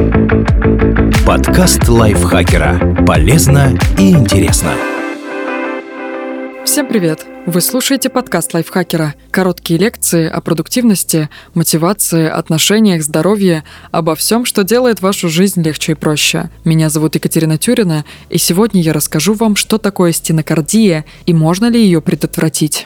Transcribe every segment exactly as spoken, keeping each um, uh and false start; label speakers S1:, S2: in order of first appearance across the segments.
S1: Подкаст лайфхакера. Полезно и интересно.
S2: Всем привет! Вы слушаете подкаст лайфхакера. Короткие лекции о продуктивности, мотивации, отношениях, здоровье, обо всем, что делает вашу жизнь легче и проще. Меня зовут Екатерина Тюрина, и сегодня я расскажу вам, что такое стенокардия и можно ли ее предотвратить.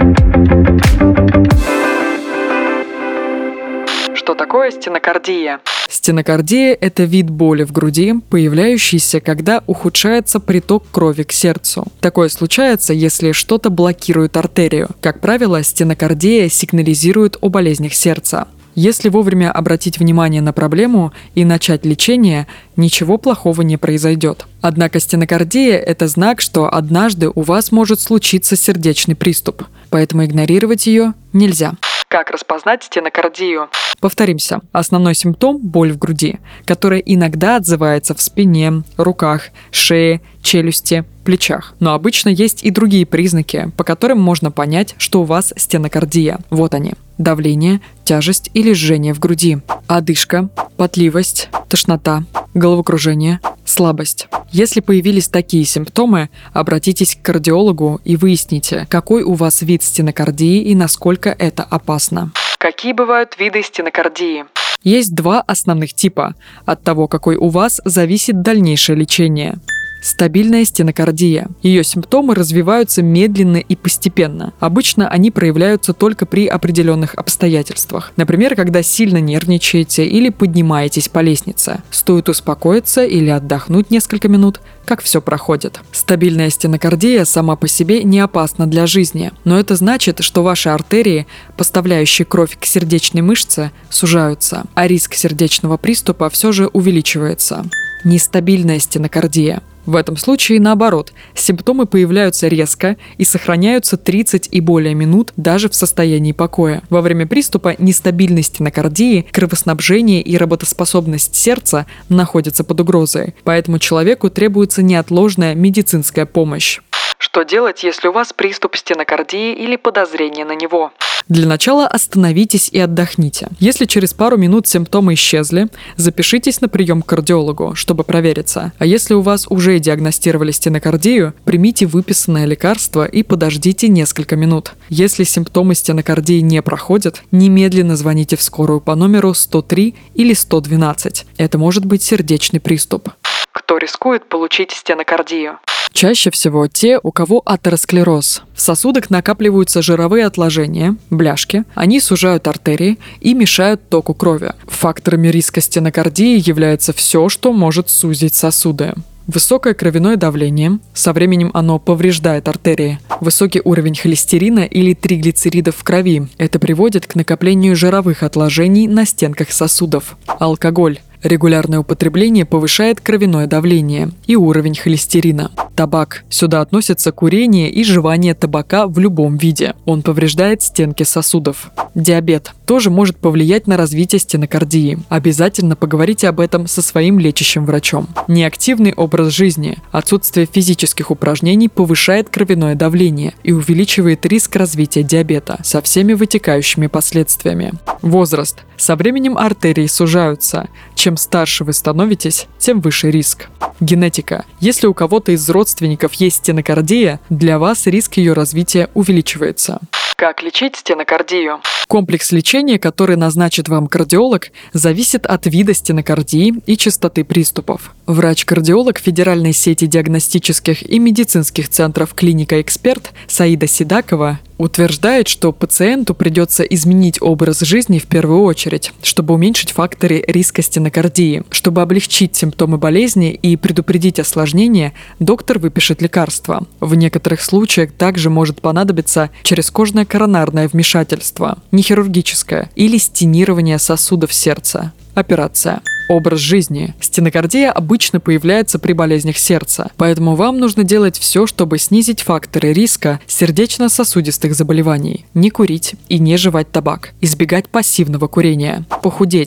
S2: Что такое стенокардия? Стенокардия – это вид боли в груди, появляющийся, когда ухудшается приток крови к сердцу. Такое случается, если что-то блокирует артерию. Как правило, стенокардия сигнализирует о болезнях сердца. Если вовремя обратить внимание на проблему и начать лечение, ничего плохого не произойдет. Однако стенокардия – это знак, что однажды у вас может случиться сердечный приступ, поэтому игнорировать ее нельзя. Как распознать стенокардию? Повторимся. Основной симптом – боль в груди, которая иногда отзывается в спине, руках, шее, челюсти, плечах. Но обычно есть и другие признаки, по которым можно понять, что у вас стенокардия. Вот они. Давление, тяжесть или жжение в груди, одышка, потливость, тошнота, головокружение, слабость. Если появились такие симптомы, обратитесь к кардиологу и выясните, какой у вас вид стенокардии и насколько это опасно. Какие бывают виды стенокардии? Есть два основных типа. От того, какой у вас, зависит дальнейшее лечение. Стабильная стенокардия. Ее симптомы развиваются медленно и постепенно. Обычно они проявляются только при определенных обстоятельствах. Например, когда сильно нервничаете или поднимаетесь по лестнице. Стоит успокоиться или отдохнуть несколько минут, как все проходит. Стабильная стенокардия сама по себе не опасна для жизни, но это значит, что ваши артерии, поставляющие кровь к сердечной мышце, сужаются, а риск сердечного приступа все же увеличивается. Нестабильная стенокардия. В этом случае наоборот, симптомы появляются резко и сохраняются тридцать и более минут даже в состоянии покоя. Во время приступа нестабильной стенокардии кровоснабжение и работоспособность сердца находятся под угрозой, поэтому человеку требуется неотложная медицинская помощь. Что делать, если у вас приступ стенокардии или подозрение на него? Для начала остановитесь и отдохните. Если через пару минут симптомы исчезли, запишитесь на прием к кардиологу, чтобы провериться. А если у вас уже диагностировали стенокардию, примите выписанное лекарство и подождите несколько минут. Если симптомы стенокардии не проходят, немедленно звоните в скорую по номеру сто три или сто двенадцать. Это может быть сердечный приступ. Кто рискует получить стенокардию? Чаще всего те, у кого атеросклероз. В сосудах накапливаются жировые отложения, бляшки, они сужают артерии и мешают току крови. Факторами риска стенокардии является все, что может сузить сосуды. Высокое кровяное давление, со временем оно повреждает артерии. Высокий уровень холестерина или триглицеридов в крови. Это приводит к накоплению жировых отложений на стенках сосудов. Алкоголь. Регулярное употребление повышает кровяное давление и уровень холестерина. Табак. Сюда относятся курение и жевание табака в любом виде. Он повреждает стенки сосудов. Диабет тоже может повлиять на развитие стенокардии. Обязательно поговорите об этом со своим лечащим врачом. Неактивный образ жизни. Отсутствие физических упражнений повышает кровяное давление и увеличивает риск развития диабета со всеми вытекающими последствиями. Возраст. Со временем артерии сужаются. Чем старше вы становитесь, тем выше риск. Генетика. Если у кого-то из родственников есть стенокардия, для вас риск ее развития увеличивается. Как лечить стенокардию? Комплекс лечения, который назначит вам кардиолог, зависит от вида стенокардии и частоты приступов. Врач-кардиолог Федеральной сети диагностических и медицинских центров «Клиника Эксперт» Саида Сидакова утверждает, что пациенту придется изменить образ жизни в первую очередь, чтобы уменьшить факторы риска стенокардии. Чтобы облегчить симптомы болезни и предупредить осложнения, доктор выпишет лекарства. В некоторых случаях также может понадобиться черезкожное коронарное вмешательство, нехирургическое или стенирование сосудов сердца. Операция. Образ жизни. Стенокардия обычно появляется при болезнях сердца, поэтому вам нужно делать все, чтобы снизить факторы риска сердечно-сосудистых заболеваний. Не курить и не жевать табак. Избегать пассивного курения. Похудеть.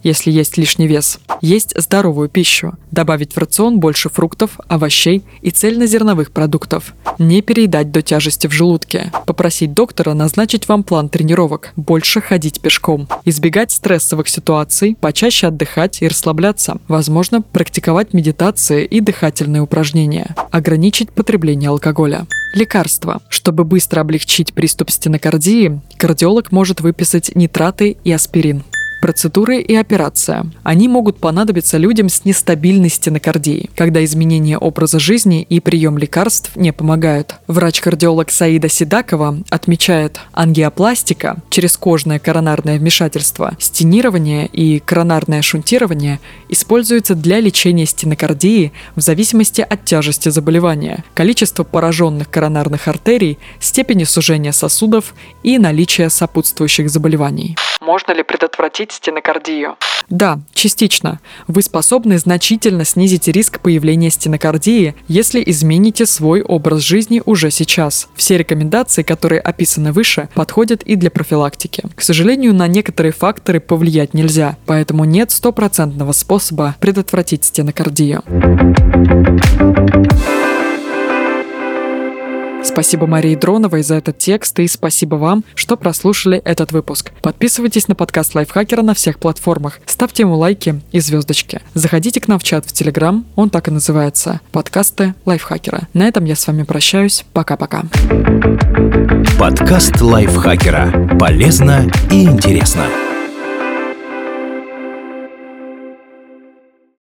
S2: если есть лишний вес. Есть здоровую пищу. Добавить в рацион больше фруктов, овощей и цельнозерновых продуктов. Не переедать до тяжести в желудке. Попросить доктора назначить вам план тренировок. Больше ходить пешком. Избегать стрессовых ситуаций, почаще отдыхать и расслабляться. Возможно, практиковать медитации и дыхательные упражнения. Ограничить потребление алкоголя. Лекарства. Чтобы быстро облегчить приступ стенокардии, кардиолог может выписать нитраты и аспирин. Процедуры и операция. Они могут понадобиться людям с нестабильной стенокардией, когда изменение образа жизни и прием лекарств не помогают. Врач-кардиолог Саида Сидакова отмечает, ангиопластика, черезкожное коронарное вмешательство, стенирование и коронарное шунтирование используются для лечения стенокардии в зависимости от тяжести заболевания, количества пораженных коронарных артерий, степени сужения сосудов и наличия сопутствующих заболеваний. Можно ли предотвратить стенокардию? Да, частично. Вы способны значительно снизить риск появления стенокардии, если измените свой образ жизни уже сейчас. Все рекомендации, которые описаны выше, подходят и для профилактики. К сожалению, на некоторые факторы повлиять нельзя, поэтому нет стопроцентного способа предотвратить стенокардию. Спасибо Марии Дроновой за этот текст и спасибо вам, что прослушали этот выпуск. Подписывайтесь на подкаст Лайфхакера на всех платформах, ставьте ему лайки и звездочки. Заходите к нам в чат в Телеграм, он так и называется – подкасты Лайфхакера. На этом я с вами прощаюсь. Пока-пока.
S1: Подкаст Лайфхакера. Полезно и интересно.